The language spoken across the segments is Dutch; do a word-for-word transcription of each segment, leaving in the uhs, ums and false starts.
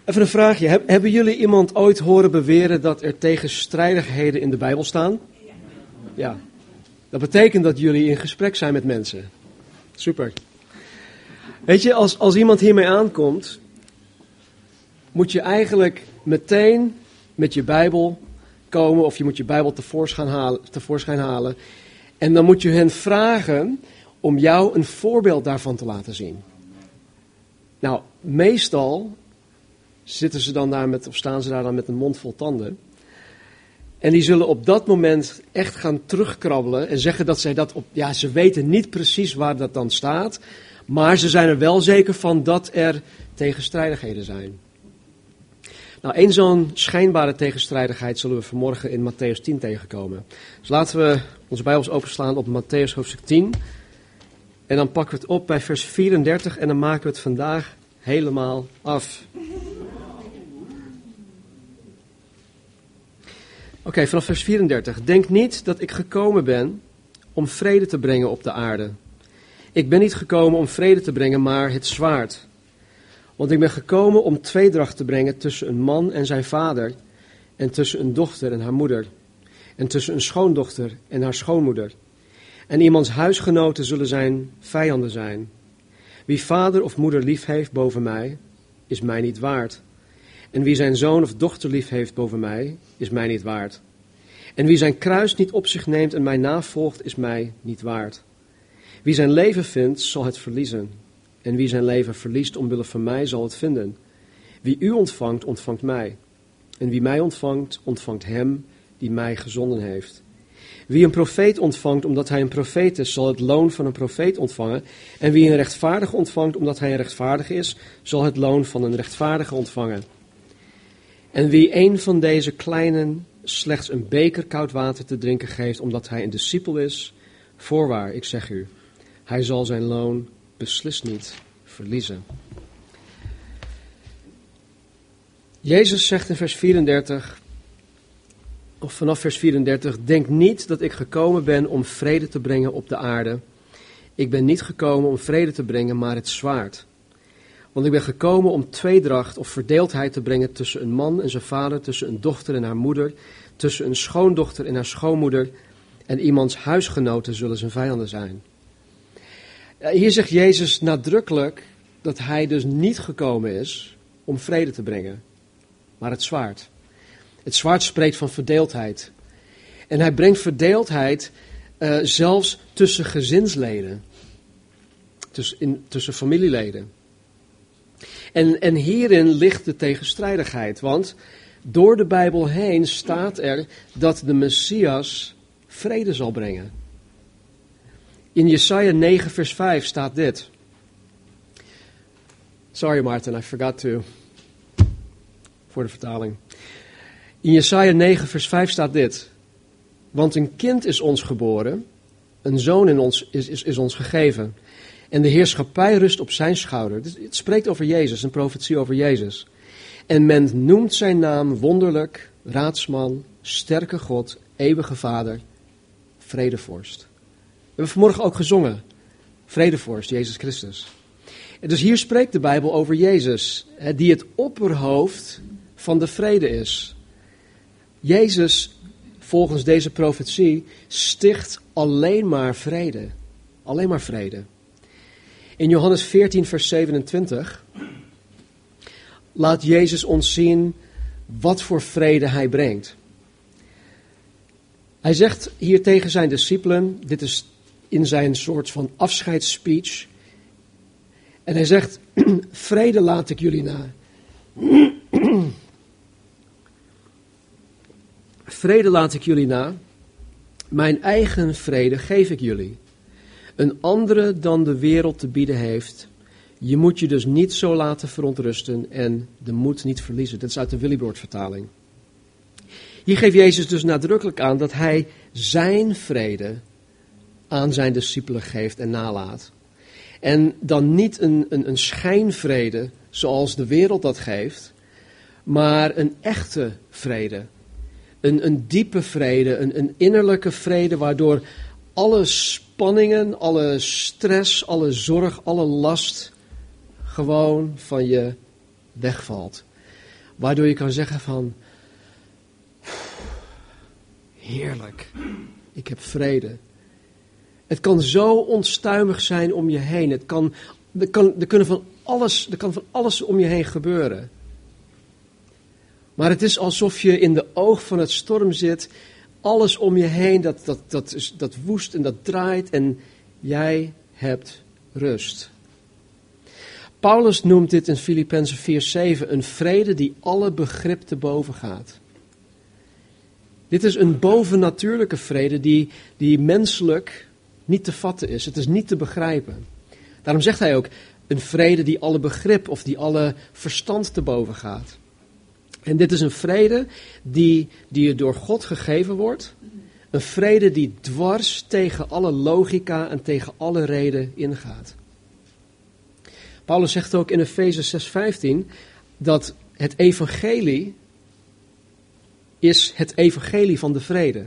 Even een vraagje. Heb, hebben jullie iemand ooit horen beweren dat er tegenstrijdigheden in de Bijbel staan? Ja. Dat betekent dat jullie in gesprek zijn met mensen. Super. Weet je, als, als iemand hiermee aankomt, moet je eigenlijk meteen met je Bijbel komen, of je moet je Bijbel tevoorschijn halen, tevoorschijn halen. En dan moet je hen vragen om jou een voorbeeld daarvan te laten zien. Nou, meestal zitten ze dan daar met, of staan ze daar dan met een mond vol tanden. En die zullen op dat moment echt gaan terugkrabbelen en zeggen dat zij dat op, ja, ze weten niet precies waar dat dan staat, maar ze zijn er wel zeker van dat er tegenstrijdigheden zijn. Nou, één zo'n schijnbare tegenstrijdigheid zullen we vanmorgen in Mattheüs tien tegenkomen. Dus laten we onze Bijbels openslaan op Mattheüs hoofdstuk tien. En dan pakken we het op bij vers vierendertig en dan maken we het vandaag helemaal af. Oké, okay, vanaf vers vierendertig. Denk niet dat ik gekomen ben om vrede te brengen op de aarde. Ik ben niet gekomen om vrede te brengen, maar het zwaard. Want ik ben gekomen om tweedracht te brengen tussen een man en zijn vader, en tussen een dochter en haar moeder, en tussen een schoondochter en haar schoonmoeder. En iemands huisgenoten zullen zijn vijanden zijn. Wie vader of moeder lief heeft boven mij, is mij niet waard. En wie zijn zoon of dochter lief heeft boven mij, is mij niet waard. En wie zijn kruis niet op zich neemt en mij navolgt, is mij niet waard. Wie zijn leven vindt, zal het verliezen. En wie zijn leven verliest omwille van mij, zal het vinden. Wie u ontvangt, ontvangt mij. En wie mij ontvangt, ontvangt hem die mij gezonden heeft. Wie een profeet ontvangt omdat hij een profeet is, zal het loon van een profeet ontvangen. En wie een rechtvaardige ontvangt omdat hij een rechtvaardige is, zal het loon van een rechtvaardige ontvangen. En wie een van deze kleinen slechts een beker koud water te drinken geeft omdat hij een discipel is, voorwaar, ik zeg u, hij zal zijn loon beslist niet verliezen. Jezus zegt in vers vierendertig, of vanaf vers vierendertig, denk niet dat ik gekomen ben om vrede te brengen op de aarde. Ik ben niet gekomen om vrede te brengen, maar het zwaard. Want ik ben gekomen om tweedracht of verdeeldheid te brengen tussen een man en zijn vader, tussen een dochter en haar moeder, tussen een schoondochter en haar schoonmoeder, en iemands huisgenoten zullen zijn vijanden zijn. Hier zegt Jezus nadrukkelijk dat hij dus niet gekomen is om vrede te brengen, maar het zwaard. Het zwaard spreekt van verdeeldheid. En hij brengt verdeeldheid uh, zelfs tussen gezinsleden, tussen, in, tussen familieleden. En, en hierin ligt de tegenstrijdigheid, want door de Bijbel heen staat er dat de Messias vrede zal brengen. In Jesaja negen vers vijf staat dit. Sorry Martin, I forgot to. Voor de vertaling. In Jesaja negen vers vijf staat dit. Want een kind is ons geboren, een zoon in ons is, is, is ons gegeven. En de heerschappij rust op zijn schouder. Het spreekt over Jezus, een profetie over Jezus. En men noemt zijn naam wonderlijk, raadsman, sterke God, eeuwige Vader, vredevorst. We hebben vanmorgen ook gezongen, vredevorst, Jezus Christus. En dus hier spreekt de Bijbel over Jezus, die het opperhoofd van de vrede is. Jezus, volgens deze profetie, sticht alleen maar vrede. Alleen maar vrede. In Johannes veertien vers zevenentwintig laat Jezus ons zien wat voor vrede hij brengt. Hij zegt hier tegen zijn discipelen, dit is in zijn soort van afscheidsspeech. En hij zegt, vrede laat ik jullie na. Vrede laat ik jullie na. Mijn eigen vrede geef ik jullie. Een andere dan de wereld te bieden heeft. Je moet je dus niet zo laten verontrusten en de moed niet verliezen. Dat is uit de Willibrord vertaling. Hier geeft Jezus dus nadrukkelijk aan dat hij zijn vrede aan zijn discipelen geeft en nalaat. En dan niet een, een, een schijnvrede zoals de wereld dat geeft, maar een echte vrede. Een, een diepe vrede, een, een innerlijke vrede waardoor alle spanningen, alle stress, alle zorg, alle last gewoon van je wegvalt. Waardoor je kan zeggen van, heerlijk, ik heb vrede. Het kan zo onstuimig zijn om je heen. Het kan, er, kan, er, kunnen van alles, er kan van alles om je heen gebeuren. Maar het is alsof je in de oog van het storm zit. Alles om je heen, dat, dat, dat, is, dat woest en dat draait en jij hebt rust. Paulus noemt dit in Filippenzen vier zeven een vrede die alle begrip te boven gaat. Dit is een bovennatuurlijke vrede die, die menselijk niet te vatten is. Het is niet te begrijpen. Daarom zegt hij ook een vrede die alle begrip of die alle verstand te boven gaat. En dit is een vrede die, die je door God gegeven wordt. Een vrede die dwars tegen alle logica en tegen alle reden ingaat. Paulus zegt ook in Efeze zes vijftien dat het evangelie is het evangelie van de vrede.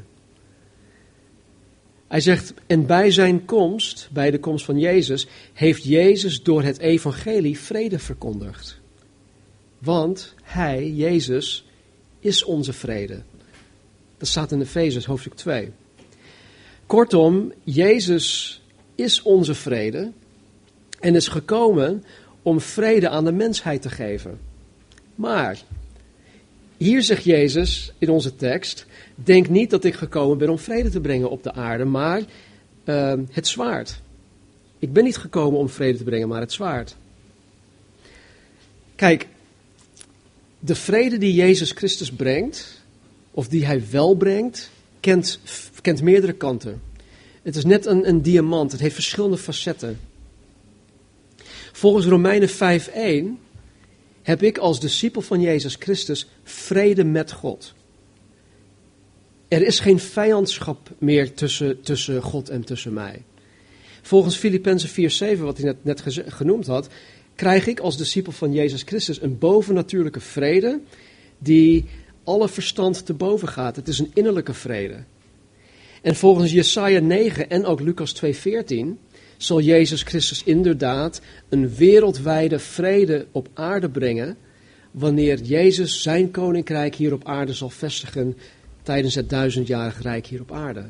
Hij zegt, en bij zijn komst, bij de komst van Jezus, heeft Jezus door het evangelie vrede verkondigd. Want hij, Jezus, is onze vrede. Dat staat in Efeze hoofdstuk twee. Kortom, Jezus is onze vrede en is gekomen om vrede aan de mensheid te geven. Maar, hier zegt Jezus in onze tekst, denk niet dat ik gekomen ben om vrede te brengen op de aarde, maar uh, het zwaard. Ik ben niet gekomen om vrede te brengen, maar het zwaard. Kijk, de vrede die Jezus Christus brengt, of die hij wel brengt, kent, kent meerdere kanten. Het is net een, een diamant, het heeft verschillende facetten. Volgens Romeinen vijf één heb ik als discipel van Jezus Christus vrede met God. Er is geen vijandschap meer tussen, tussen God en tussen mij. Volgens Filippenzen vier zeven, wat hij net, net geze, genoemd had, krijg ik als discipel van Jezus Christus een bovennatuurlijke vrede die alle verstand te boven gaat. Het is een innerlijke vrede. En volgens Jesaja negen en ook Lucas twee veertien zal Jezus Christus inderdaad een wereldwijde vrede op aarde brengen wanneer Jezus zijn koninkrijk hier op aarde zal vestigen tijdens het duizendjarig rijk hier op aarde.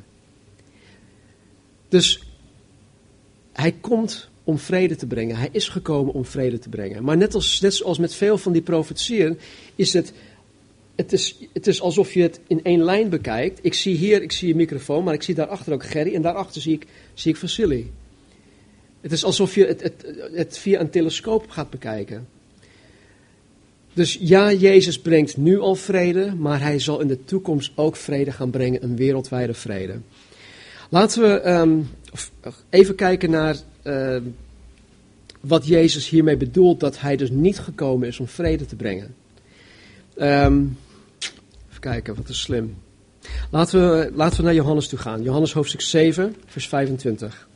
Dus hij komt om vrede te brengen. Hij is gekomen om vrede te brengen. Maar net als, net zoals met veel van die profetieën is het, het is, het is alsof je het in één lijn bekijkt. Ik zie hier, ik zie een microfoon, maar ik zie daarachter ook Gerry en daarachter zie ik, zie ik Vasily. Het is alsof je het, het, het via een telescoop gaat bekijken. Dus ja, Jezus brengt nu al vrede, maar hij zal in de toekomst ook vrede gaan brengen, een wereldwijde vrede. Laten we um, even kijken naar uh, wat Jezus hiermee bedoelt, dat hij dus niet gekomen is om vrede te brengen. Um, even kijken, wat is slim. Laten we, laten we naar Johannes toe gaan. Johannes hoofdstuk zeven, vers vijfentwintig.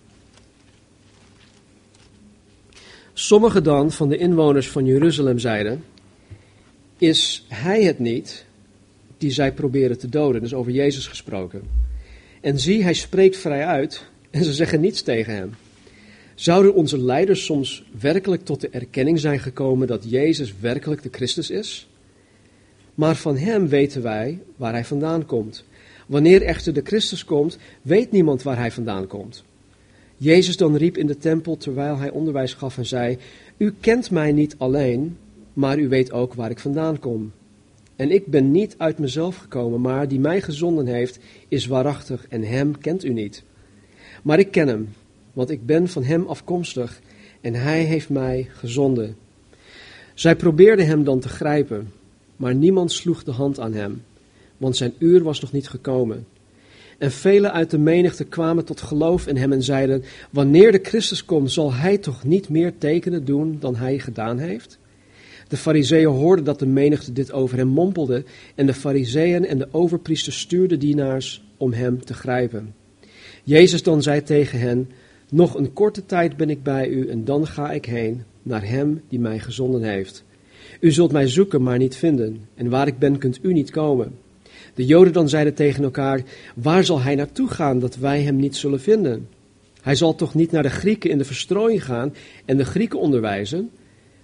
Sommigen dan van de inwoners van Jeruzalem zeiden, is hij het niet die zij proberen te doden? Dus over Jezus gesproken. En zie, hij spreekt vrij uit en ze zeggen niets tegen hem. Zouden onze leiders soms werkelijk tot de erkenning zijn gekomen dat Jezus werkelijk de Christus is? Maar van hem weten wij waar hij vandaan komt. Wanneer echter de Christus komt, weet niemand waar hij vandaan komt. Jezus dan riep in de tempel terwijl hij onderwijs gaf en zei, u kent mij niet alleen, maar u weet ook waar ik vandaan kom. En ik ben niet uit mezelf gekomen, maar die mij gezonden heeft, is waarachtig en hem kent u niet. Maar ik ken hem, want ik ben van hem afkomstig en hij heeft mij gezonden. Zij probeerden hem dan te grijpen, maar niemand sloeg de hand aan hem, want zijn uur was nog niet gekomen. En velen uit de menigte kwamen tot geloof in hem en zeiden, wanneer de Christus komt, zal hij toch niet meer tekenen doen dan hij gedaan heeft? De Farizeeën hoorden dat de menigte dit over hem mompelde en de Farizeeën en de overpriesters stuurden dienaars om hem te grijpen. Jezus dan zei tegen hen, nog een korte tijd ben ik bij u en dan ga ik heen naar hem die mij gezonden heeft. U zult mij zoeken, maar niet vinden en waar ik ben kunt u niet komen. De Joden dan zeiden tegen elkaar, waar zal hij naartoe gaan dat wij hem niet zullen vinden? Hij zal toch niet naar de Grieken in de verstrooiing gaan en de Grieken onderwijzen?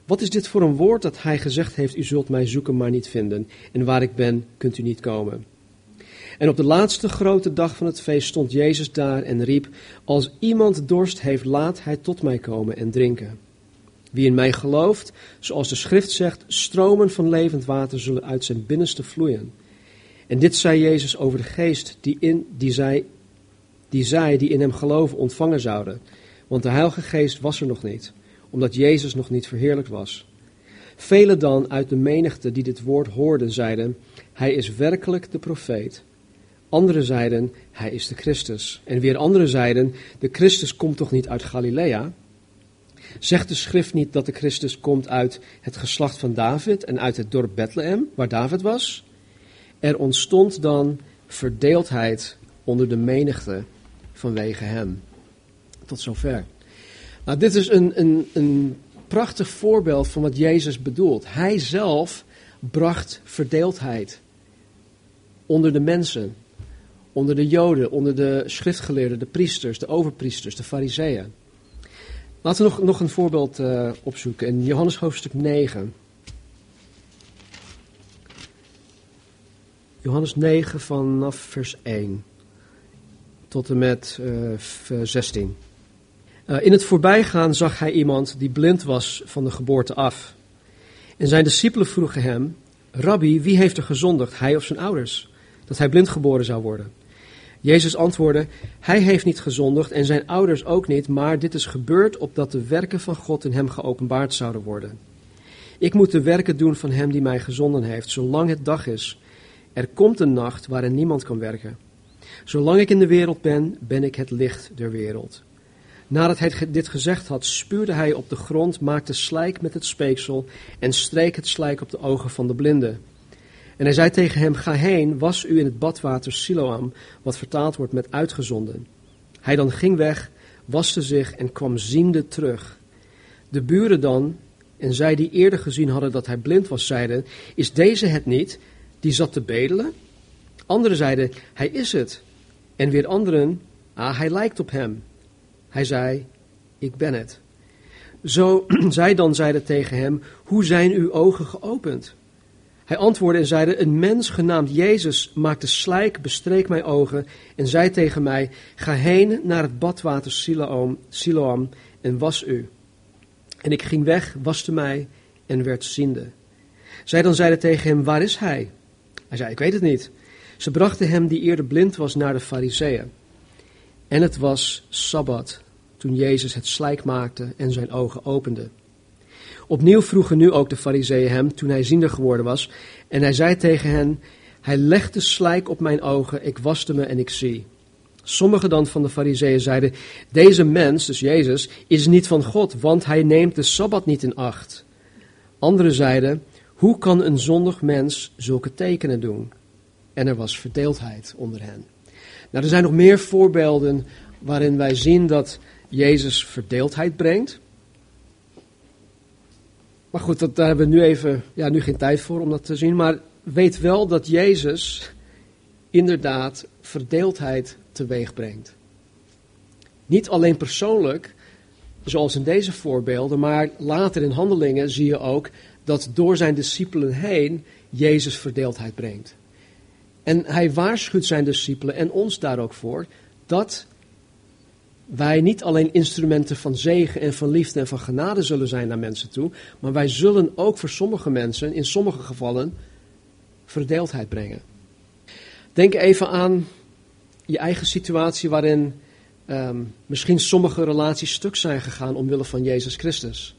Wat is dit voor een woord dat hij gezegd heeft, u zult mij zoeken maar niet vinden, en waar ik ben kunt u niet komen. En op de laatste grote dag van het feest stond Jezus daar en riep, als iemand dorst heeft, laat hij tot mij komen en drinken. Wie in mij gelooft, zoals de schrift zegt, stromen van levend water zullen uit zijn binnenste vloeien. En dit zei Jezus over de geest die, in, die, zij, die zij die in hem geloven ontvangen zouden. Want de Heilige Geest was er nog niet, omdat Jezus nog niet verheerlijkt was. Velen dan uit de menigte die dit woord hoorden, zeiden, hij is werkelijk de profeet. Anderen zeiden, hij is de Christus. En weer anderen zeiden, de Christus komt toch niet uit Galilea? Zegt de schrift niet dat de Christus komt uit het geslacht van David en uit het dorp Bethlehem, waar David was? Er ontstond dan verdeeldheid onder de menigte vanwege hem. Tot zover. Nou, dit is een, een, een prachtig voorbeeld van wat Jezus bedoelt. Hij zelf bracht verdeeldheid onder de mensen, onder de Joden, onder de schriftgeleerden, de priesters, de overpriesters, de fariseeën. Laten we nog, nog een voorbeeld uh, opzoeken in Johannes hoofdstuk negen. Johannes negen vanaf vers één tot en met uh, zestien. Uh, in het voorbijgaan zag hij iemand die blind was van de geboorte af. En zijn discipelen vroegen hem, Rabbi, wie heeft er gezondigd, hij of zijn ouders, dat hij blind geboren zou worden? Jezus antwoordde, hij heeft niet gezondigd en zijn ouders ook niet, maar dit is gebeurd opdat de werken van God in hem geopenbaard zouden worden. Ik moet de werken doen van hem die mij gezonden heeft, zolang het dag is. Er komt een nacht waarin niemand kan werken. Zolang ik in de wereld ben, ben ik het licht der wereld. Nadat hij dit gezegd had, spuwde hij op de grond, maakte slijk met het speeksel en streek het slijk op de ogen van de blinde. En hij zei tegen hem, ga heen, was u in het badwater Siloam, wat vertaald wordt met uitgezonden. Hij dan ging weg, waste zich en kwam ziende terug. De buren dan, en zij die eerder gezien hadden dat hij blind was, zeiden, is deze het niet, die zat te bedelen? Anderen zeiden, hij is het. En weer anderen, ah, hij lijkt op hem. Hij zei, ik ben het. Zo zij dan zeiden tegen hem, hoe zijn uw ogen geopend? Hij antwoordde en zeide, een mens genaamd Jezus maakte slijk, bestreek mijn ogen en zei tegen mij, ga heen naar het badwater Siloam, Siloam en was u. En ik ging weg, waste mij en werd ziende. Zij dan zeiden tegen hem, waar is hij? Hij zei, ik weet het niet. Ze brachten hem die eerder blind was naar de Farizeeën. En het was Sabbat toen Jezus het slijk maakte en zijn ogen opende. Opnieuw vroegen nu ook de Farizeeën hem, toen hij ziende geworden was. En hij zei tegen hen, hij legde slijk op mijn ogen, ik waste me en ik zie. Sommigen dan van de Farizeeën zeiden, deze mens, dus Jezus, is niet van God, want hij neemt de Sabbat niet in acht. Anderen zeiden, hoe kan een zondig mens zulke tekenen doen? En er was verdeeldheid onder hen. Nou, er zijn nog meer voorbeelden waarin wij zien dat Jezus verdeeldheid brengt. Maar goed, dat, daar hebben we nu even, ja, nu geen tijd voor om dat te zien. Maar weet wel dat Jezus inderdaad verdeeldheid teweeg brengt. Niet alleen persoonlijk, zoals in deze voorbeelden, maar later in Handelingen zie je ook dat door zijn discipelen heen Jezus verdeeldheid brengt. En hij waarschuwt zijn discipelen en ons daar ook voor, dat wij niet alleen instrumenten van zegen en van liefde en van genade zullen zijn naar mensen toe, maar wij zullen ook voor sommige mensen, in sommige gevallen, verdeeldheid brengen. Denk even aan je eigen situatie waarin um, misschien sommige relaties stuk zijn gegaan omwille van Jezus Christus.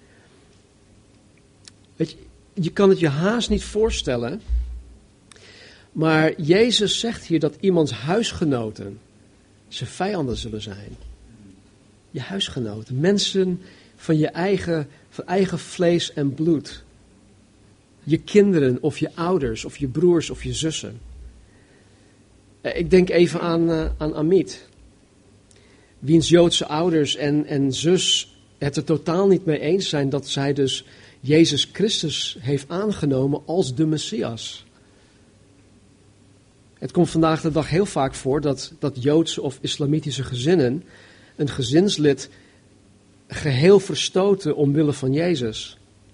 Weet je, je kan het je haast niet voorstellen, maar Jezus zegt hier dat iemands huisgenoten zijn vijanden zullen zijn. Je huisgenoten, mensen van je eigen, van eigen vlees en bloed. Je kinderen of je ouders of je broers of je zussen. Ik denk even aan, uh, aan Amit, wiens Joodse ouders en, en zus het er totaal niet mee eens zijn dat zij dus Jezus Christus heeft aangenomen als de Messias. Het komt vandaag de dag heel vaak voor dat, dat Joodse of islamitische gezinnen een gezinslid geheel verstoten omwille van Jezus.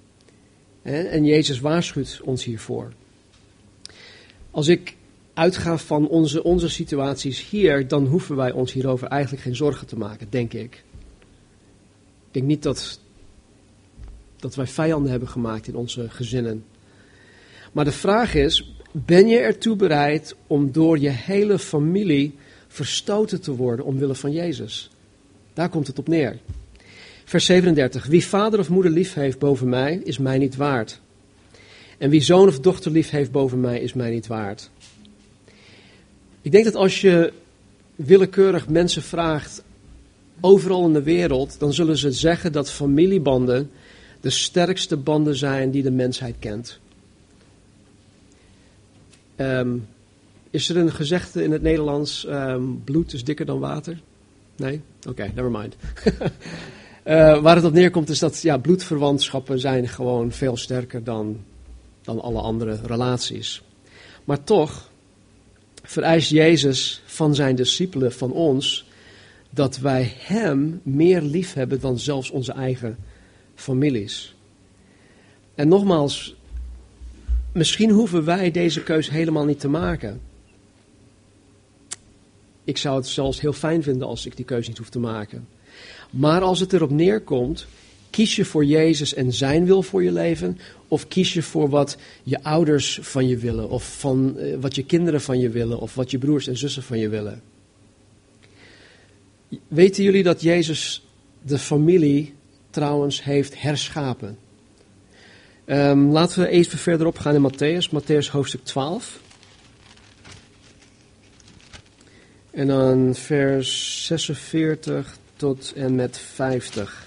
En Jezus waarschuwt ons hiervoor. Als ik uitga van onze, onze situaties hier, dan hoeven wij ons hierover eigenlijk geen zorgen te maken, denk ik. Ik denk niet dat, dat wij vijanden hebben gemaakt in onze gezinnen. Maar de vraag is, ben je ertoe bereid om door je hele familie verstoten te worden omwille van Jezus? Daar komt het op neer. Vers zevenendertig. Wie vader of moeder lief heeft boven mij, is mij niet waard. En wie zoon of dochter lief heeft boven mij, is mij niet waard. Ik denk dat als je willekeurig mensen vraagt, overal in de wereld, dan zullen ze zeggen dat familiebanden de sterkste banden zijn die de mensheid kent. Um, is er een gezegde in het Nederlands, um, bloed is dikker dan water? Nee? Oké, okay, never mind. uh, waar het op neerkomt is dat ja, bloedverwantschappen zijn gewoon veel sterker dan, dan alle andere relaties. Maar toch vereist Jezus van zijn discipelen, van ons, dat wij hem meer lief hebben dan zelfs onze eigen families. En nogmaals, misschien hoeven wij deze keus helemaal niet te maken. Ik zou het zelfs heel fijn vinden als ik die keus niet hoef te maken. Maar als het erop neerkomt, kies je voor Jezus en zijn wil voor je leven, of kies je voor wat je ouders van je willen, of van, uh, wat je kinderen van je willen, of wat je broers en zussen van je willen. Weten jullie dat Jezus de familie trouwens heeft herschapen? Um, laten we even verderop gaan in Matthäus, Matthäus hoofdstuk twaalf. En dan vers zesenveertig tot en met vijftig.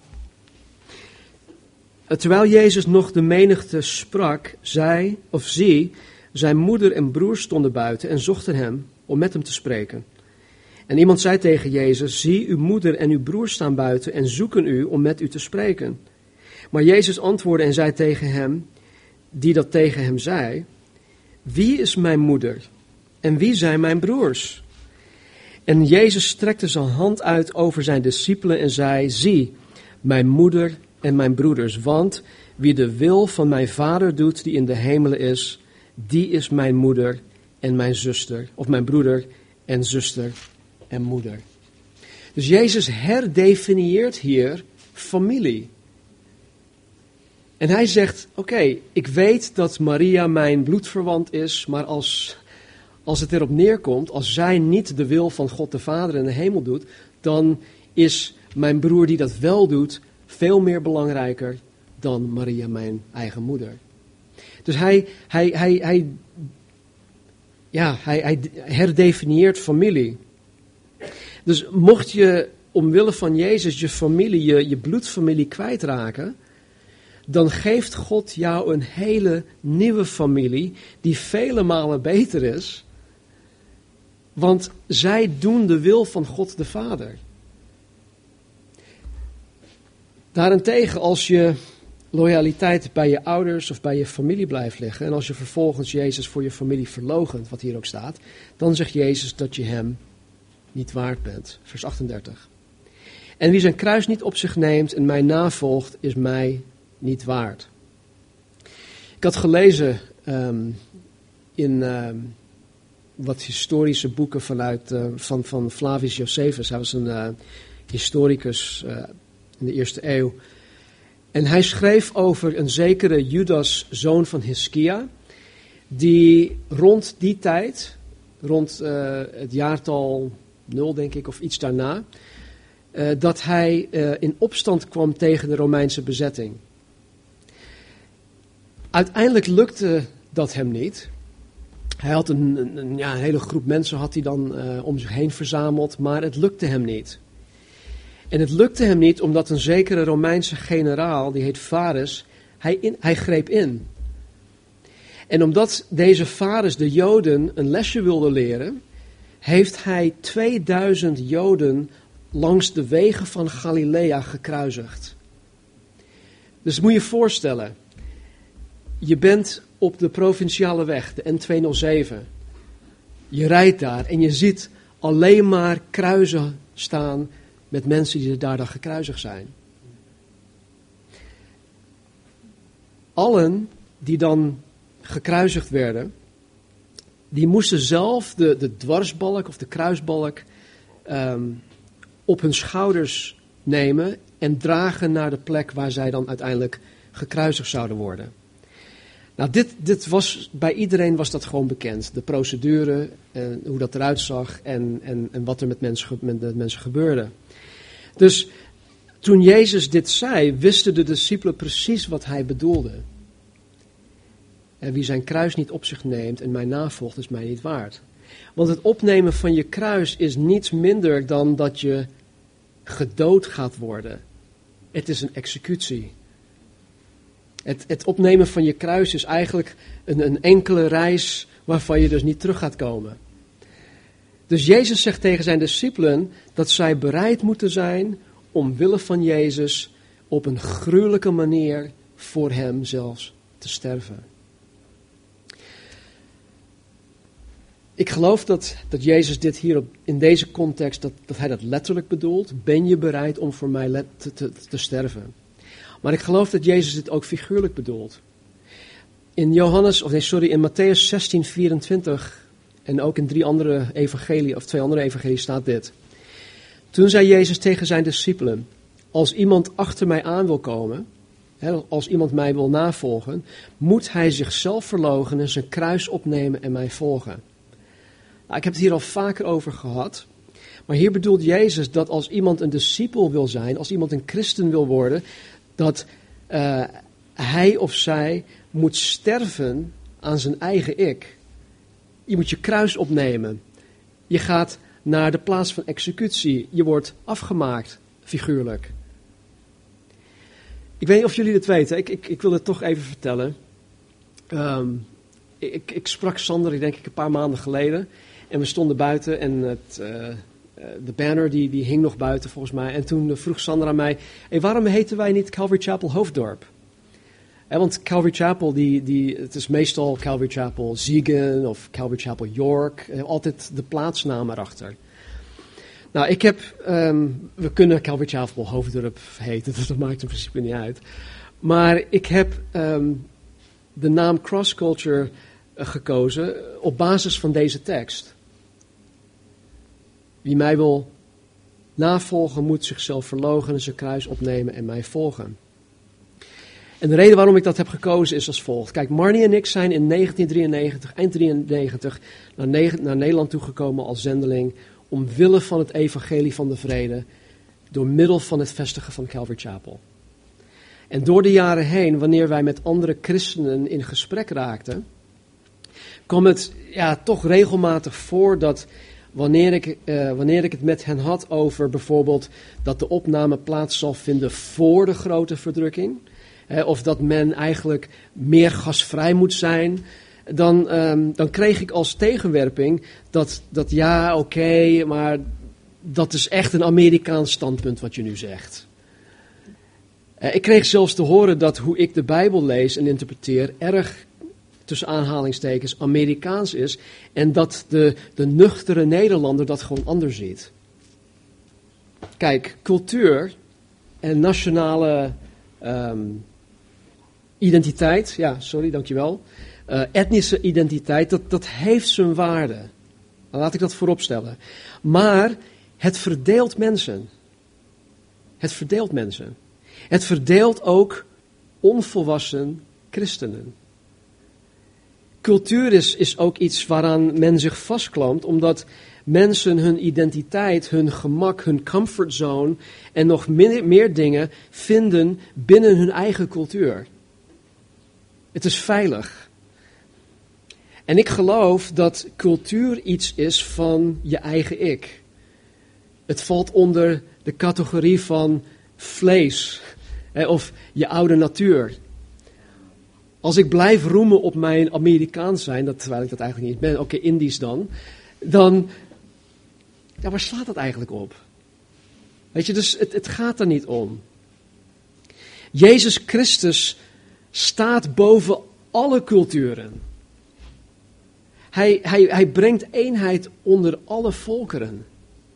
Terwijl Jezus nog de menigte sprak, zij, of zie, zijn moeder en broers stonden buiten en zochten hem om met hem te spreken. En iemand zei tegen Jezus, zie, uw moeder en uw broers staan buiten en zoeken u om met u te spreken. Maar Jezus antwoordde en zei tegen hem, die dat tegen hem zei, wie is mijn moeder en wie zijn mijn broers? En Jezus strekte zijn hand uit over zijn discipelen en zei, zie, mijn moeder en mijn broeders, want wie de wil van mijn Vader doet die in de hemelen is, die is mijn moeder en mijn zuster, of mijn broeder en zuster en moeder. Dus Jezus herdefinieert hier familie. En hij zegt, oké, okay, ik weet dat Maria mijn bloedverwant is, maar als, als het erop neerkomt, als zij niet de wil van God de Vader in de hemel doet, dan is mijn broer die dat wel doet veel meer belangrijker dan Maria mijn eigen moeder. Dus hij, hij, hij, hij, ja, hij, hij herdefinieert familie. Dus mocht je omwille van Jezus je familie, je, je bloedfamilie kwijtraken, dan geeft God jou een hele nieuwe familie die vele malen beter is. Want zij doen de wil van God de Vader. Daarentegen, als je loyaliteit bij je ouders of bij je familie blijft liggen, en als je vervolgens Jezus voor je familie verloochent, wat hier ook staat, dan zegt Jezus dat je hem niet waard bent. Vers achtendertig. En wie zijn kruis niet op zich neemt en mij navolgt, is mij niet waard. Ik had gelezen um, in um, wat historische boeken vanuit, uh, van, van Flavius Josephus. Hij was een uh, historicus uh, in de eerste eeuw. En hij schreef over een zekere Judas, zoon van Hiskia, die rond die tijd, rond uh, het jaartal nul denk ik, of iets daarna, uh, dat hij uh, in opstand kwam tegen de Romeinse bezetting. Uiteindelijk lukte dat hem niet. Hij had een, een, een, ja, een hele groep mensen had hij dan uh, om zich heen verzameld, maar het lukte hem niet. En het lukte hem niet omdat een zekere Romeinse generaal, die heet Varus, hij, in, hij greep in. En omdat deze Varus de Joden een lesje wilde leren, heeft hij tweeduizend Joden langs de wegen van Galilea gekruisigd. Dus moet je je voorstellen, je bent op de provinciale weg, de N tweehonderdzeven. Je rijdt daar en je ziet alleen maar kruisen staan met mensen die daar dan gekruisigd zijn. allen die dan gekruisigd werden, die moesten zelf de, de dwarsbalk of de kruisbalk um, op hun schouders nemen en dragen naar de plek waar zij dan uiteindelijk gekruisigd zouden worden. Nou, dit, dit was, bij iedereen was dat gewoon bekend. De procedure, en hoe dat eruit zag en, en, en wat er met mensen, met de mensen gebeurde. Dus toen Jezus dit zei, wisten de discipelen precies wat hij bedoelde. En wie zijn kruis niet op zich neemt en mij navolgt, is mij niet waard. Want het opnemen van je kruis is niets minder dan dat je gedood gaat worden. Het is een executie. Het, het opnemen van je kruis is eigenlijk een, een enkele reis waarvan je dus niet terug gaat komen. Dus Jezus zegt tegen zijn discipelen dat zij bereid moeten zijn omwille van Jezus op een gruwelijke manier voor hem zelfs te sterven. Ik geloof dat, dat Jezus dit hier op, in deze context, dat, dat hij dat letterlijk bedoelt. Ben je bereid om voor mij let, te, te, te sterven? Maar ik geloof dat Jezus dit ook figuurlijk bedoelt. In Johannes, of nee, sorry, in Matthäus zestien vierentwintig en ook in drie andere evangelieën, of twee andere evangelieën staat dit. Toen zei Jezus tegen zijn discipelen, als iemand achter mij aan wil komen, hè, als iemand mij wil navolgen, moet hij zichzelf verloochenen, zijn kruis opnemen en mij volgen. Nou, ik heb het hier al vaker over gehad, maar hier bedoelt Jezus dat als iemand een discipel wil zijn, als iemand een christen wil worden, dat uh, hij of zij moet sterven aan zijn eigen ik. Je moet je kruis opnemen. Je gaat naar de plaats van executie. Je wordt afgemaakt, figuurlijk. Ik weet niet of jullie dit weten. Ik, ik, ik wil het toch even vertellen. Um, ik, ik sprak Sander, ik denk ik een paar maanden geleden. En we stonden buiten en het, uh, de banner die, die hing nog buiten volgens mij. En toen vroeg Sander aan mij, hey, waarom heten wij niet Calvary Chapel Hoofddorp? Eh, want Calvary Chapel, die, die, het is meestal Calvary Chapel Ziegen of Calvary Chapel York. Eh, altijd de plaatsnaam erachter. Nou, ik heb, um, we kunnen Calvary Chapel Hoofddorp heten, dus dat maakt in principe niet uit. Maar ik heb um, de naam Cross Culture uh, gekozen op basis van deze tekst. Wie mij wil navolgen, moet zichzelf verloochenen, zijn kruis opnemen en mij volgen. En de reden waarom ik dat heb gekozen is als volgt. Kijk, Marnie en ik zijn in negentien drieënnegentig, eind drieënnegentig, naar, ne- naar Nederland toegekomen als zendeling, omwille van het evangelie van de vrede, door middel van het vestigen van Calvary Chapel. En door de jaren heen, wanneer wij met andere christenen in gesprek raakten, kwam het ja, toch regelmatig voor dat wanneer ik, uh, wanneer ik het met hen had over bijvoorbeeld dat de opname plaats zal vinden voor de grote verdrukking, hè, of dat men eigenlijk meer gasvrij moet zijn, dan, um, dan kreeg ik als tegenwerping dat, dat ja, oké, okay, maar dat is echt een Amerikaans standpunt wat je nu zegt. Uh, ik kreeg zelfs te horen dat hoe ik de Bijbel lees en interpreteer erg, tussen aanhalingstekens, Amerikaans is en dat de, de nuchtere Nederlander dat gewoon anders ziet. Kijk, cultuur en nationale um, identiteit, ja, sorry, dankjewel, uh, etnische identiteit, dat, dat heeft zijn waarde. Laat ik dat voorop stellen. Maar het verdeelt mensen. Het verdeelt mensen. Het verdeelt ook onvolwassen christenen. Cultuur is, is ook iets waaraan men zich vastklampt, omdat mensen hun identiteit, hun gemak, hun comfortzone en nog meer, meer dingen vinden binnen hun eigen cultuur. Het is veilig. En ik geloof dat cultuur iets is van je eigen ik. Het valt onder de categorie van vlees, hè, of je oude natuur. Als ik blijf roemen op mijn Amerikaans zijn, dat, terwijl ik dat eigenlijk niet ben, oké, okay, Indisch dan, dan, ja, waar slaat dat eigenlijk op? Weet je, dus het, het gaat er niet om. Jezus Christus staat boven alle culturen. Hij, hij, hij brengt eenheid onder alle volkeren.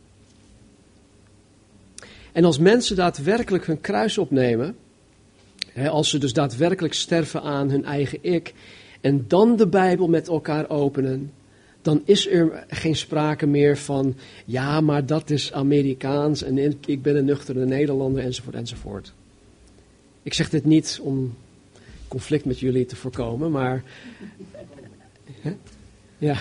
En als mensen daadwerkelijk hun kruis opnemen, He, als ze dus daadwerkelijk sterven aan hun eigen ik en dan de Bijbel met elkaar openen, dan is er geen sprake meer van, ja, maar dat is Amerikaans en ik ben een nuchtere Nederlander, enzovoort, enzovoort. Ik zeg dit niet om conflict met jullie te voorkomen, maar hè? Ja.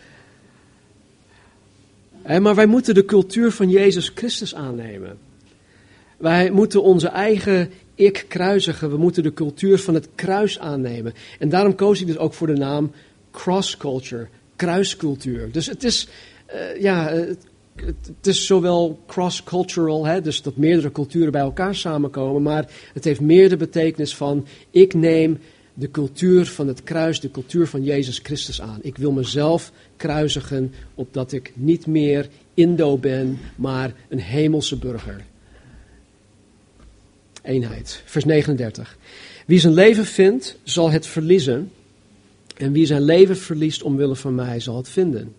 He, maar wij moeten de cultuur van Jezus Christus aannemen. Wij moeten onze eigen ik kruisigen. We moeten de cultuur van het kruis aannemen. En daarom koos ik dus ook voor de naam cross culture, kruiscultuur. Dus het is, uh, ja, het, het is zowel cross-cultural, hè, dus dat meerdere culturen bij elkaar samenkomen, maar het heeft meer de betekenis van, ik neem de cultuur van het kruis, de cultuur van Jezus Christus aan. Ik wil mezelf kruisigen, opdat ik niet meer Indo ben, maar een hemelse burger. Eenheid. Vers negenendertig. Wie zijn leven vindt, zal het verliezen. En wie zijn leven verliest omwille van mij, zal het vinden.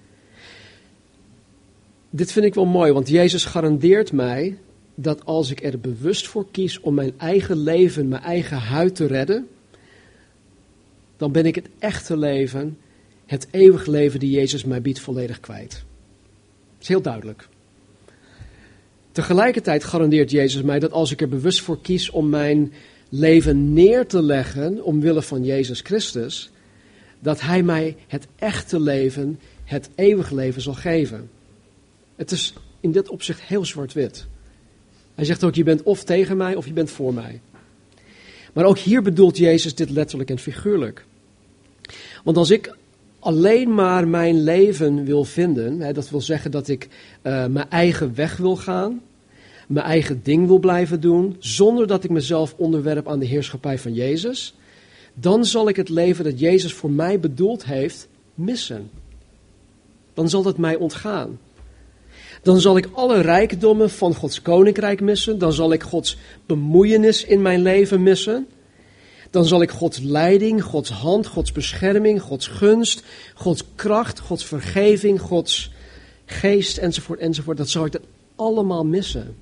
Dit vind ik wel mooi, want Jezus garandeert mij dat als ik er bewust voor kies om mijn eigen leven, mijn eigen huid te redden, dan ben ik het echte leven, het eeuwige leven die Jezus mij biedt, volledig kwijt. Dat is heel duidelijk. Tegelijkertijd garandeert Jezus mij dat als ik er bewust voor kies om mijn leven neer te leggen omwille van Jezus Christus, dat Hij mij het echte leven, het eeuwige leven zal geven. Het is in dit opzicht heel zwart-wit. Hij zegt ook, je bent of tegen mij of je bent voor mij. Maar ook hier bedoelt Jezus dit letterlijk en figuurlijk. Want als ik alleen maar mijn leven wil vinden, hè, dat wil zeggen dat ik uh, mijn eigen weg wil gaan, mijn eigen ding wil blijven doen, zonder dat ik mezelf onderwerp aan de heerschappij van Jezus, dan zal ik het leven dat Jezus voor mij bedoeld heeft missen. Dan zal het mij ontgaan. Dan zal ik alle rijkdommen van Gods koninkrijk missen. Dan zal ik Gods bemoeienis in mijn leven missen. Dan zal ik Gods leiding, Gods hand, Gods bescherming, Gods gunst, Gods kracht, Gods vergeving, Gods geest, enzovoort, enzovoort. Dat zal ik dat allemaal missen.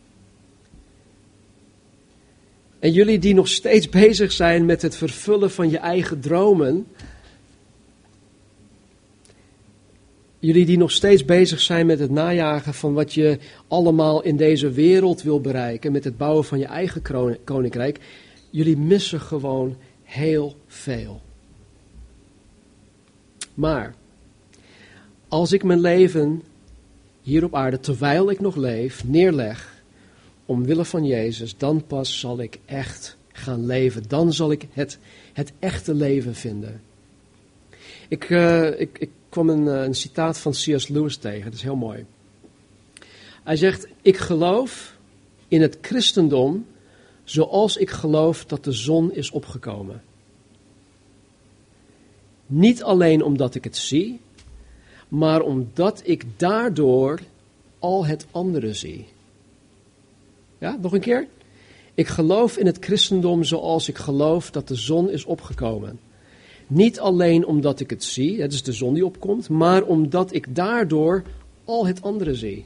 En jullie die nog steeds bezig zijn met het vervullen van je eigen dromen, jullie die nog steeds bezig zijn met het najagen van wat je allemaal in deze wereld wil bereiken, met het bouwen van je eigen koninkrijk, jullie missen gewoon heel veel. Maar als ik mijn leven hier op aarde, terwijl ik nog leef, neerleg omwille van Jezus, dan pas zal ik echt gaan leven. Dan zal ik het, het echte leven vinden. Ik, uh, ik, ik kwam een, een citaat van C S Lewis tegen, dat is heel mooi. Hij zegt, ik geloof in het christendom zoals ik geloof dat de zon is opgekomen. Niet alleen omdat ik het zie, maar omdat ik daardoor al het andere zie. Ja, nog een keer. Ik geloof in het christendom zoals ik geloof dat de zon is opgekomen. Niet alleen omdat ik het zie, het is de zon die opkomt, maar omdat ik daardoor al het andere zie.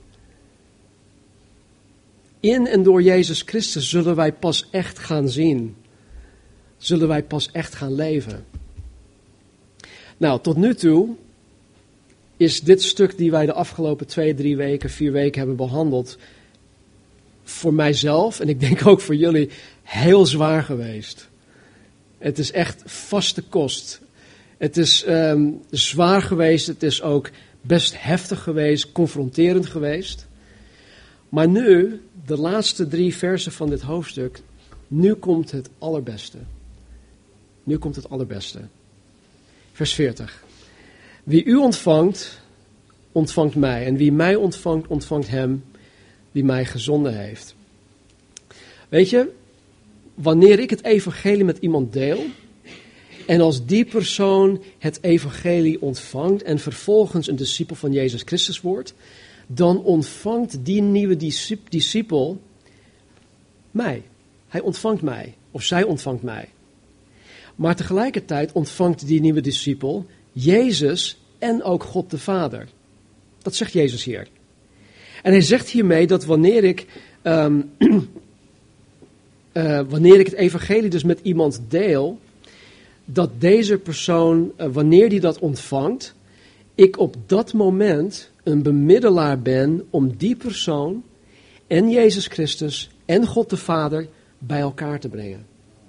In en door Jezus Christus zullen wij pas echt gaan zien. Zullen wij pas echt gaan leven. Nou, tot nu toe is dit stuk die wij de afgelopen twee, drie weken, vier weken hebben behandeld, voor mijzelf en ik denk ook voor jullie heel zwaar geweest. Het is echt vaste kost. Het is um, zwaar geweest, het is ook best heftig geweest, confronterend geweest. Maar nu, de laatste drie versen van dit hoofdstuk, nu komt het allerbeste. Nu komt het allerbeste. Vers veertig. Wie u ontvangt, ontvangt mij. En wie mij ontvangt, ontvangt hem die mij gezonden heeft. Weet je, wanneer ik het evangelie met iemand deel, en als die persoon het evangelie ontvangt en vervolgens een discipel van Jezus Christus wordt, dan ontvangt die nieuwe discipel mij. Hij ontvangt mij, of zij ontvangt mij. Maar tegelijkertijd ontvangt die nieuwe discipel Jezus en ook God de Vader. Dat zegt Jezus hier. En hij zegt hiermee dat wanneer ik, um, uh, wanneer ik het evangelie dus met iemand deel, dat deze persoon, uh, wanneer die dat ontvangt, ik op dat moment een bemiddelaar ben om die persoon en Jezus Christus en God de Vader bij elkaar te brengen.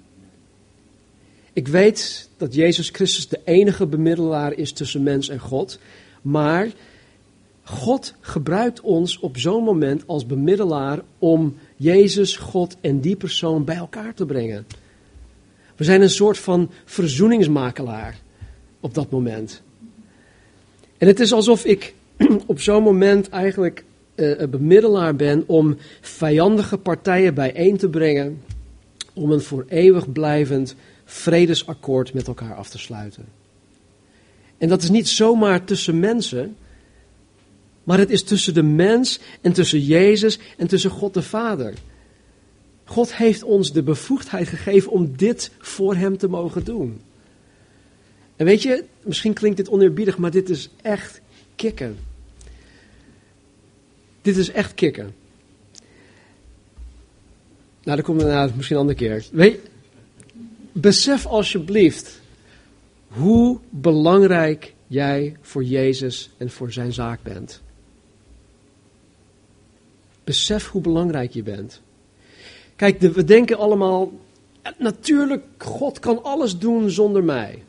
Ik weet dat Jezus Christus de enige bemiddelaar is tussen mens en God, maar God gebruikt ons op zo'n moment als bemiddelaar om Jezus, God en die persoon bij elkaar te brengen. We zijn een soort van verzoeningsmakelaar op dat moment. En het is alsof ik op zo'n moment eigenlijk uh, een bemiddelaar ben om vijandige partijen bijeen te brengen, om een voor eeuwig blijvend vredesakkoord met elkaar af te sluiten. En dat is niet zomaar tussen mensen, maar het is tussen de mens en tussen Jezus en tussen God de Vader. God heeft ons de bevoegdheid gegeven om dit voor hem te mogen doen. En weet je, misschien klinkt dit oneerbiedig, maar dit is echt kicken. Dit is echt kicken. Nou, daar komt we nou, misschien een andere keer. Weet, besef alsjeblieft hoe belangrijk jij voor Jezus en voor zijn zaak bent. Besef hoe belangrijk je bent. Kijk, de, we denken allemaal, natuurlijk, God kan alles doen zonder mij.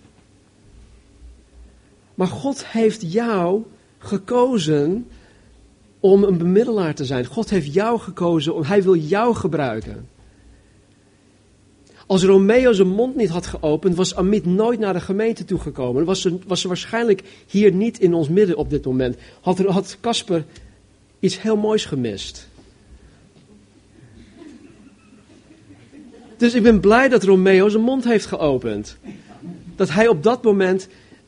Maar God heeft jou gekozen om een bemiddelaar te zijn. God heeft jou gekozen, om, hij wil jou gebruiken. Als Romeo zijn mond niet had geopend, was Amit nooit naar de gemeente toegekomen. Was ze, was ze waarschijnlijk hier niet in ons midden op dit moment. Had, er, had Casper iets heel moois gemist. Dus ik ben blij dat Romeo zijn mond heeft geopend. Dat hij op dat moment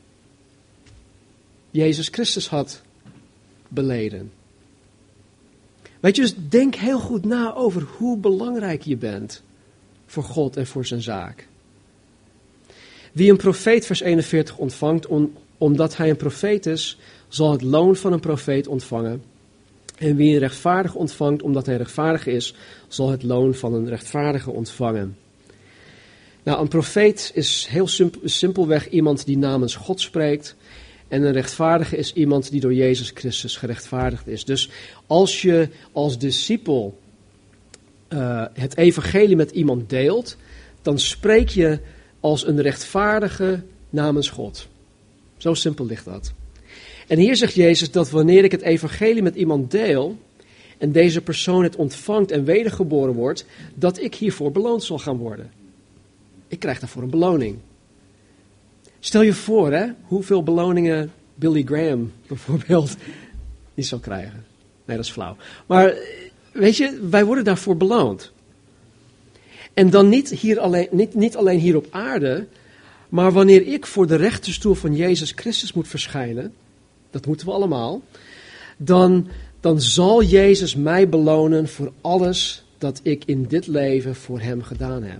Jezus Christus had beleden. Weet je, dus denk heel goed na over hoe belangrijk je bent voor God en voor zijn zaak. Wie een profeet, vers eenenveertig, ontvangt, om, omdat hij een profeet is, zal het loon van een profeet ontvangen. En wie een rechtvaardige ontvangt, omdat hij rechtvaardig is, zal het loon van een rechtvaardige ontvangen. Nou, een profeet is heel simpel, simpelweg iemand die namens God spreekt. En een rechtvaardige is iemand die door Jezus Christus gerechtvaardigd is. Dus als je als discipel uh, het evangelie met iemand deelt, dan spreek je als een rechtvaardige namens God. Zo simpel ligt dat. En hier zegt Jezus dat wanneer ik het evangelie met iemand deel en deze persoon het ontvangt en wedergeboren wordt, dat ik hiervoor beloond zal gaan worden. Ik krijg daarvoor een beloning. Stel je voor, hè, hoeveel beloningen Billy Graham bijvoorbeeld niet zal krijgen. Nee, dat is flauw. Maar weet je, wij worden daarvoor beloond. En dan niet, hier alleen, niet, niet alleen hier op aarde, maar wanneer ik voor de rechterstoel van Jezus Christus moet verschijnen, dat moeten we allemaal, dan, dan zal Jezus mij belonen voor alles dat ik in dit leven voor hem gedaan heb.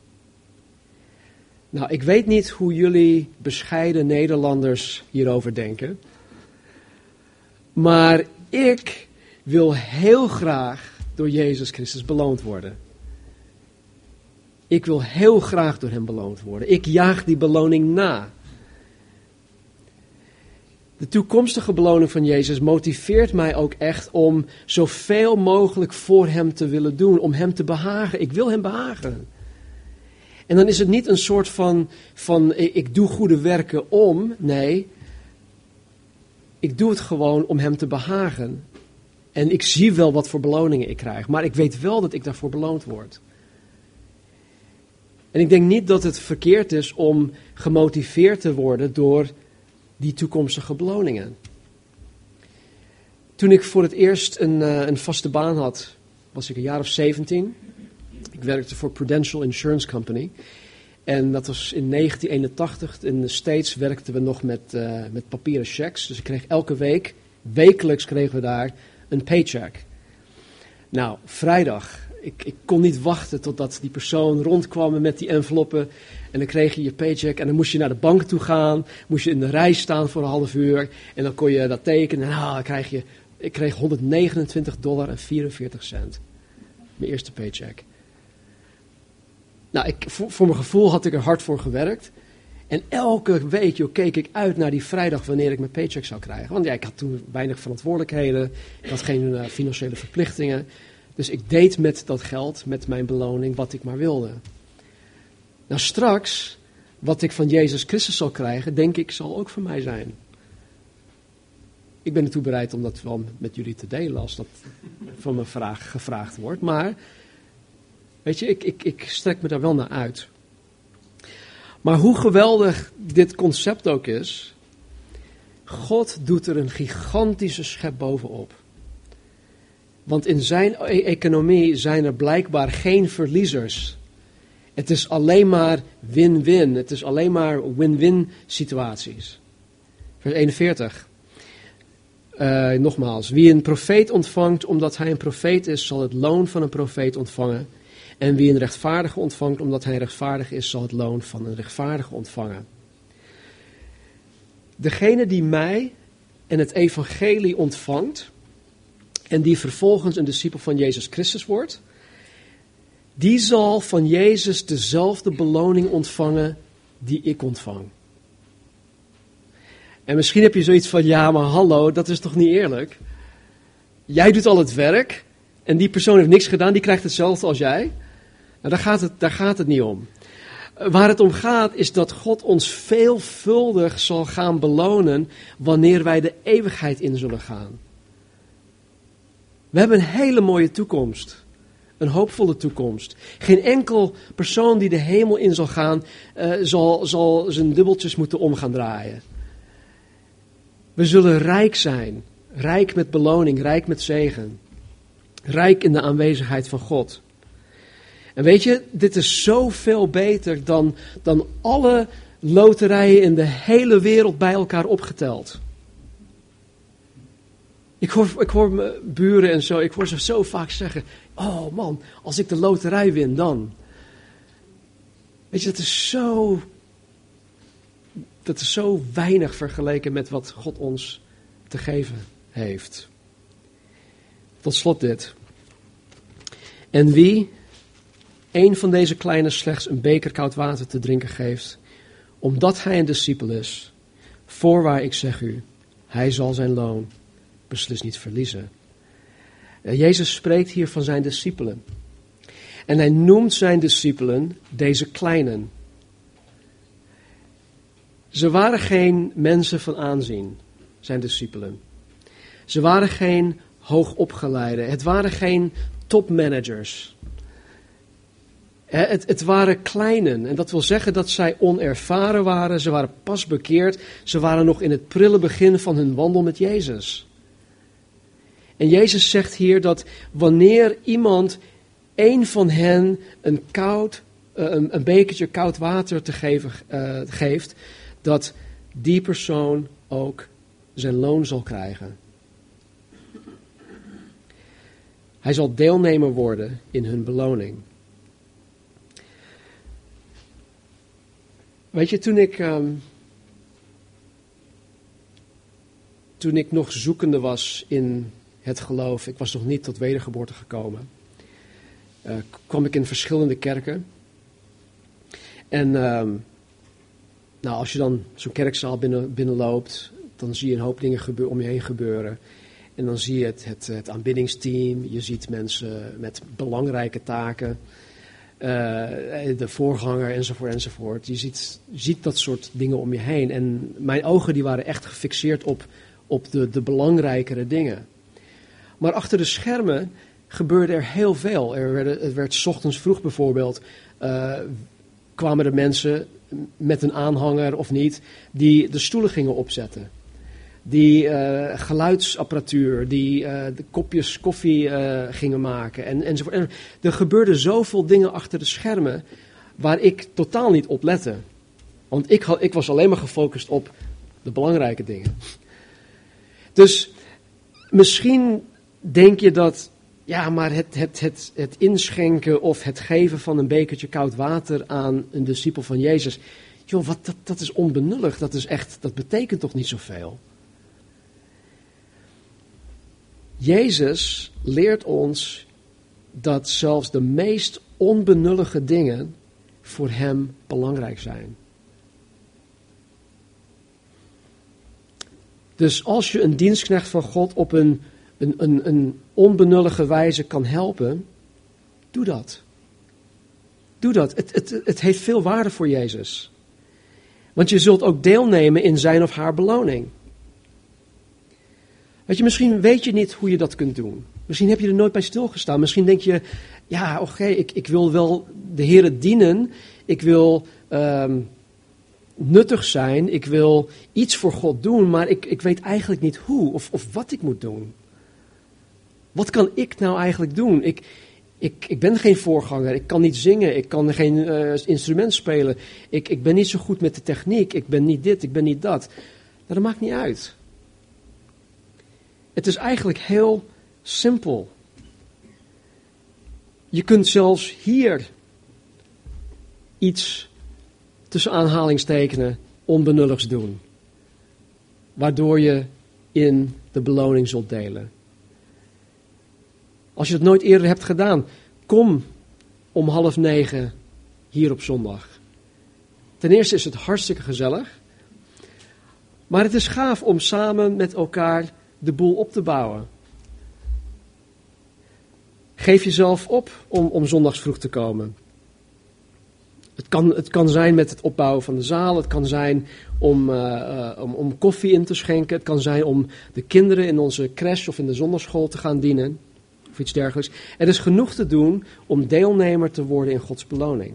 Nou, ik weet niet hoe jullie bescheiden Nederlanders hierover denken, maar ik wil heel graag door Jezus Christus beloond worden. Ik wil heel graag door hem beloond worden. Ik jaag die beloning na. De toekomstige beloning van Jezus motiveert mij ook echt om zoveel mogelijk voor hem te willen doen, om hem te behagen. Ik wil hem behagen. En dan is het niet een soort van, van ik doe goede werken om, nee, ik doe het gewoon om hem te behagen. En ik zie wel wat voor beloningen ik krijg, maar ik weet wel dat ik daarvoor beloond word. En ik denk niet dat het verkeerd is om gemotiveerd te worden door die toekomstige beloningen. Toen ik voor het eerst een, uh, een vaste baan had, was ik een jaar of zeventien. Ik werkte voor Prudential Insurance Company. En dat was in negentien eenentachtig. In de States werkten we nog met, uh, met papieren checks. Dus ik kreeg elke week, wekelijks kregen we daar een paycheck. Nou, vrijdag. Ik, ik kon niet wachten totdat die persoon rondkwam met die enveloppen. En dan kreeg je je paycheck en dan moest je naar de bank toe gaan. Moest je in de rij staan voor een half uur. En dan kon je dat tekenen. En ah, dan krijg je, ik kreeg honderdnegenentwintig dollar en vierenveertig cent. Mijn eerste paycheck. Nou, ik, voor, voor mijn gevoel had ik er hard voor gewerkt. En elke week joh, keek ik uit naar die vrijdag wanneer ik mijn paycheck zou krijgen. Want ja, ik had toen weinig verantwoordelijkheden. Ik had geen uh, financiële verplichtingen. Dus ik deed met dat geld, met mijn beloning, wat ik maar wilde. Nou, straks, wat ik van Jezus Christus zal krijgen, denk ik, zal ook voor mij zijn. Ik ben ertoe bereid om dat wel met jullie te delen als dat van me vraag, gevraagd wordt. Maar, weet je, ik, ik, ik strek me daar wel naar uit. Maar hoe geweldig dit concept ook is, God doet er een gigantische schep bovenop. Want in zijn e- economie zijn er blijkbaar geen verliezers. Het is alleen maar win-win. Het is alleen maar win-win situaties. Vers eenenveertig. Uh, nogmaals, wie een profeet ontvangt omdat hij een profeet is, zal het loon van een profeet ontvangen. En wie een rechtvaardige ontvangt omdat hij rechtvaardig is, zal het loon van een rechtvaardige ontvangen. Degene die mij en het evangelie ontvangt en die vervolgens een discipel van Jezus Christus wordt, die zal van Jezus dezelfde beloning ontvangen die ik ontvang. En misschien heb je zoiets van, ja maar hallo, dat is toch niet eerlijk? Jij doet al het werk en die persoon heeft niks gedaan, die krijgt hetzelfde als jij. Nou, daar gaat het, daar gaat het niet om. Waar het om gaat is dat God ons veelvuldig zal gaan belonen wanneer wij de eeuwigheid in zullen gaan. We hebben een hele mooie toekomst. Een hoopvolle toekomst. Geen enkel persoon die de hemel in zal gaan, uh, zal, zal zijn dubbeltjes moeten om gaan draaien. We zullen rijk zijn. Rijk met beloning, rijk met zegen. Rijk in de aanwezigheid van God. En weet je, dit is zoveel beter dan, dan alle loterijen in de hele wereld bij elkaar opgeteld. Ik hoor, ik hoor mijn buren en zo, ik hoor ze zo vaak zeggen, oh man, als ik de loterij win, dan. Weet je, dat is zo, dat is zo weinig vergeleken met wat God ons te geven heeft. Tot slot dit. En wie een van deze kleine slechts een beker koud water te drinken geeft, omdat hij een discipel is, voorwaar ik zeg u, hij zal zijn loon beslist niet verliezen. Jezus spreekt hier van zijn discipelen. En hij noemt zijn discipelen deze kleinen. Ze waren geen mensen van aanzien, zijn discipelen. Ze waren geen hoogopgeleiden. Het waren geen topmanagers. Het, het waren kleinen. En dat wil zeggen dat zij onervaren waren. Ze waren pas bekeerd. Ze waren nog in het prille begin van hun wandel met Jezus. En Jezus zegt hier dat wanneer iemand een van hen een, koud, een, een bekertje koud water te geven, uh, geeft, dat die persoon ook zijn loon zal krijgen. Hij zal deelnemer worden in hun beloning. Weet je, toen ik, um, toen ik nog zoekende was in het geloof, ik was nog niet tot wedergeboorte gekomen, uh, kwam ik in verschillende kerken. En um, nou, als je dan zo'n kerkzaal binnen, binnenloopt, dan zie je een hoop dingen gebeur, om je heen gebeuren. En dan zie je het, het, het aanbiddingsteam, je ziet mensen met belangrijke taken, uh, de voorganger enzovoort enzovoort. Je ziet, je ziet dat soort dingen om je heen. En mijn ogen die waren echt gefixeerd op, op de, de belangrijkere dingen. Maar achter de schermen gebeurde er heel veel. Er werd, het werd 's ochtends vroeg bijvoorbeeld, uh, kwamen er mensen met een aanhanger of niet, die de stoelen gingen opzetten. Die uh, geluidsapparatuur, die uh, de kopjes koffie uh, gingen maken en, enzovoort. En er gebeurden zoveel dingen achter de schermen waar ik totaal niet op lette. Want ik, had, ik was alleen maar gefocust op de belangrijke dingen. Dus misschien denk je dat, ja, maar het, het, het, het inschenken of het geven van een bekertje koud water aan een discipel van Jezus, joh, wat, dat, dat is onbenullig, dat is echt, dat betekent toch niet zoveel. Jezus leert ons dat zelfs de meest onbenullige dingen voor hem belangrijk zijn. Dus als je een dienstknecht van God op een, een, een, een onbenullige wijze kan helpen, doe dat. Doe dat. Het, het, het heeft veel waarde voor Jezus. Want je zult ook deelnemen in zijn of haar beloning. Weet je, misschien weet je niet hoe je dat kunt doen. Misschien heb je er nooit bij stilgestaan. Misschien denk je, ja, oké, okay, ik, ik wil wel de Heere dienen. Ik wil um, nuttig zijn. Ik wil iets voor God doen, maar ik, ik weet eigenlijk niet hoe of, of wat ik moet doen. Wat kan ik nou eigenlijk doen? Ik, ik, ik ben geen voorganger. Ik kan niet zingen. Ik kan geen uh, instrument spelen. Ik, ik ben niet zo goed met de techniek. Ik ben niet dit, ik ben niet dat. Nou, dat maakt niet uit. Het is eigenlijk heel simpel. Je kunt zelfs hier iets tussen aanhalingstekenen onbenulligs doen. Waardoor je in de beloning zult delen. Als je het nooit eerder hebt gedaan, kom om half negen hier op zondag. Ten eerste is het hartstikke gezellig. Maar het is gaaf om samen met elkaar de boel op te bouwen. Geef jezelf op om, om zondags vroeg te komen. Het kan, het kan zijn met het opbouwen van de zaal. Het kan zijn om, uh, uh, om, om koffie in te schenken. Het kan zijn om de kinderen in onze crash of in de zondagschool te gaan dienen. Of iets dergelijks. Er is genoeg te doen om deelnemer te worden in Gods beloning.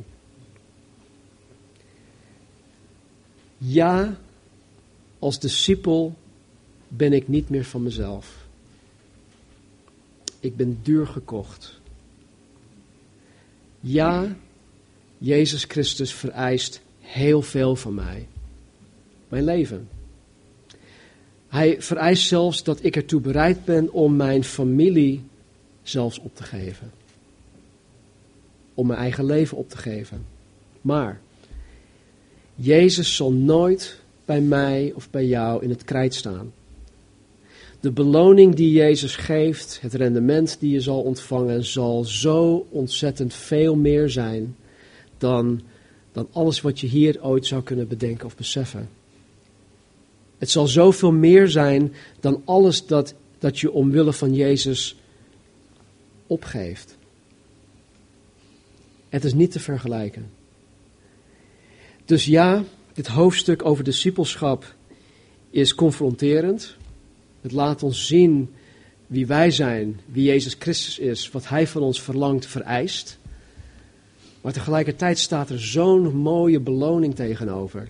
Ja, als discipel ben ik niet meer van mezelf. Ik ben duur gekocht. Ja, Jezus Christus vereist heel veel van mij. Mijn leven. Hij vereist zelfs dat ik ertoe bereid ben om mijn familie zelfs op te geven. Om mijn eigen leven op te geven. Maar Jezus zal nooit bij mij of bij jou in het krijt staan. De beloning die Jezus geeft, het rendement die je zal ontvangen, zal zo ontzettend veel meer zijn dan, dan alles wat je hier ooit zou kunnen bedenken of beseffen. Het zal zoveel meer zijn dan alles dat, dat je omwille van Jezus opgeeft. Het is niet te vergelijken. Dus ja, dit hoofdstuk over discipelschap is confronterend. Het laat ons zien wie wij zijn, wie Jezus Christus is, wat Hij van ons verlangt, vereist. Maar tegelijkertijd staat er zo'n mooie beloning tegenover.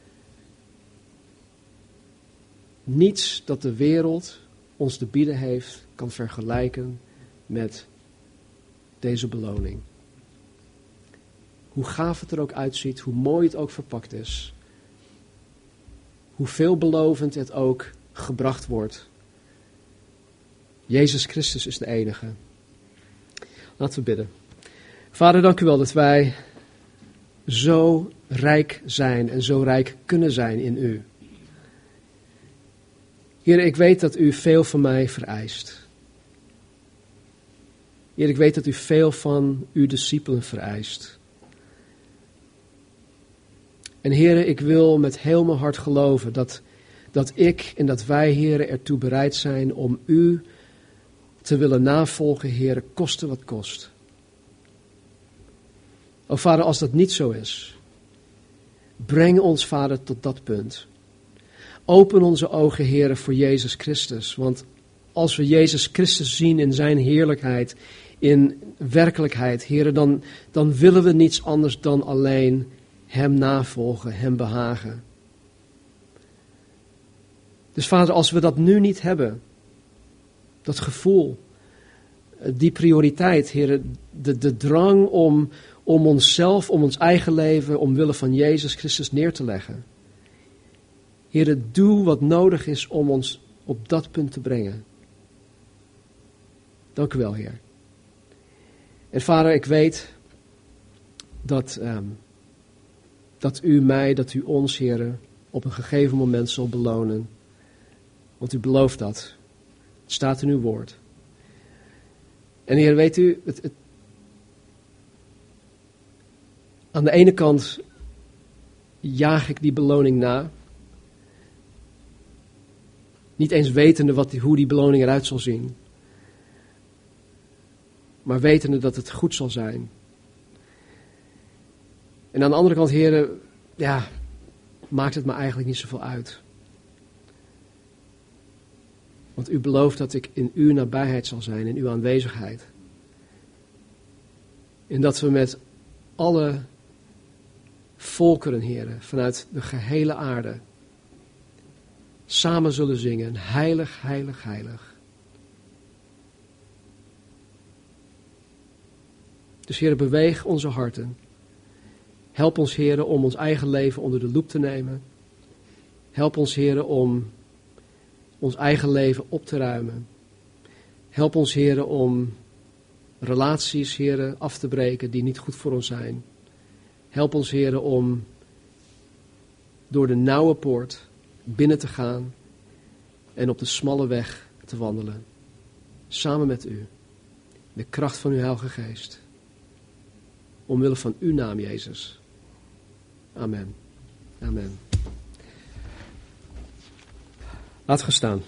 Niets dat de wereld ons te bieden heeft, kan vergelijken met deze beloning. Hoe gaaf het er ook uitziet, hoe mooi het ook verpakt is. Hoe veelbelovend het ook gebracht wordt. Jezus Christus is de enige. Laten we bidden. Vader, dank u wel dat wij zo rijk zijn en zo rijk kunnen zijn in u. Heer, ik weet dat u veel van mij vereist. Heer, ik weet dat u veel van uw discipelen vereist. En Heer, ik wil met heel mijn hart geloven dat, dat ik en dat wij, Heer, ertoe bereid zijn om u te willen navolgen, Heer, koste wat kost. O Vader, als dat niet zo is, breng ons, Vader, tot dat punt. Open onze ogen, Heer, voor Jezus Christus. Want als we Jezus Christus zien in zijn heerlijkheid, in werkelijkheid, Heer, dan, dan willen we niets anders dan alleen hem navolgen, hem behagen. Dus Vader, als we dat nu niet hebben, dat gevoel, die prioriteit, Heer, de, de drang om, om onszelf, om ons eigen leven, omwille van Jezus Christus neer te leggen. Heer, doe wat nodig is om ons op dat punt te brengen. Dank u wel, Heer. En Vader, ik weet dat, um, dat u mij, dat u ons, Heer, op een gegeven moment zal belonen. Want u belooft dat. Het staat in uw woord. En Heer, weet u, het, het, Aan de ene kant jaag ik die beloning na. Niet eens wetende wat die, hoe die beloning eruit zal zien. Maar wetende dat het goed zal zijn. En aan de andere kant, heren, ja, maakt het me eigenlijk niet zoveel uit. Want u belooft dat ik in uw nabijheid zal zijn, in uw aanwezigheid. En dat we met alle volkeren, heren, vanuit de gehele aarde, samen zullen zingen, heilig, heilig, heilig. Dus heren, beweeg onze harten. Help ons, heren, om ons eigen leven onder de loep te nemen. Help ons, heren, om ons eigen leven op te ruimen. Help ons, heren, om relaties, heren, af te breken die niet goed voor ons zijn. Help ons, heren, om door de nauwe poort binnen te gaan en op de smalle weg te wandelen. Samen met u. De kracht van uw Heilige Geest. Omwille van uw naam, Jezus. Amen. Amen. Laat gaan staan.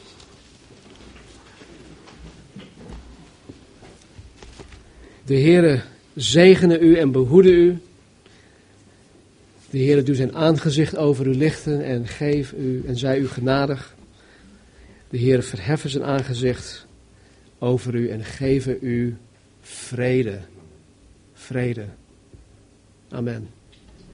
De Heere zegene u en behoede u. De Heere doet zijn aangezicht over u lichten en geef u en zij u genadig. De Heere verheffen zijn aangezicht over u en geven u vrede. Vrede. Amen.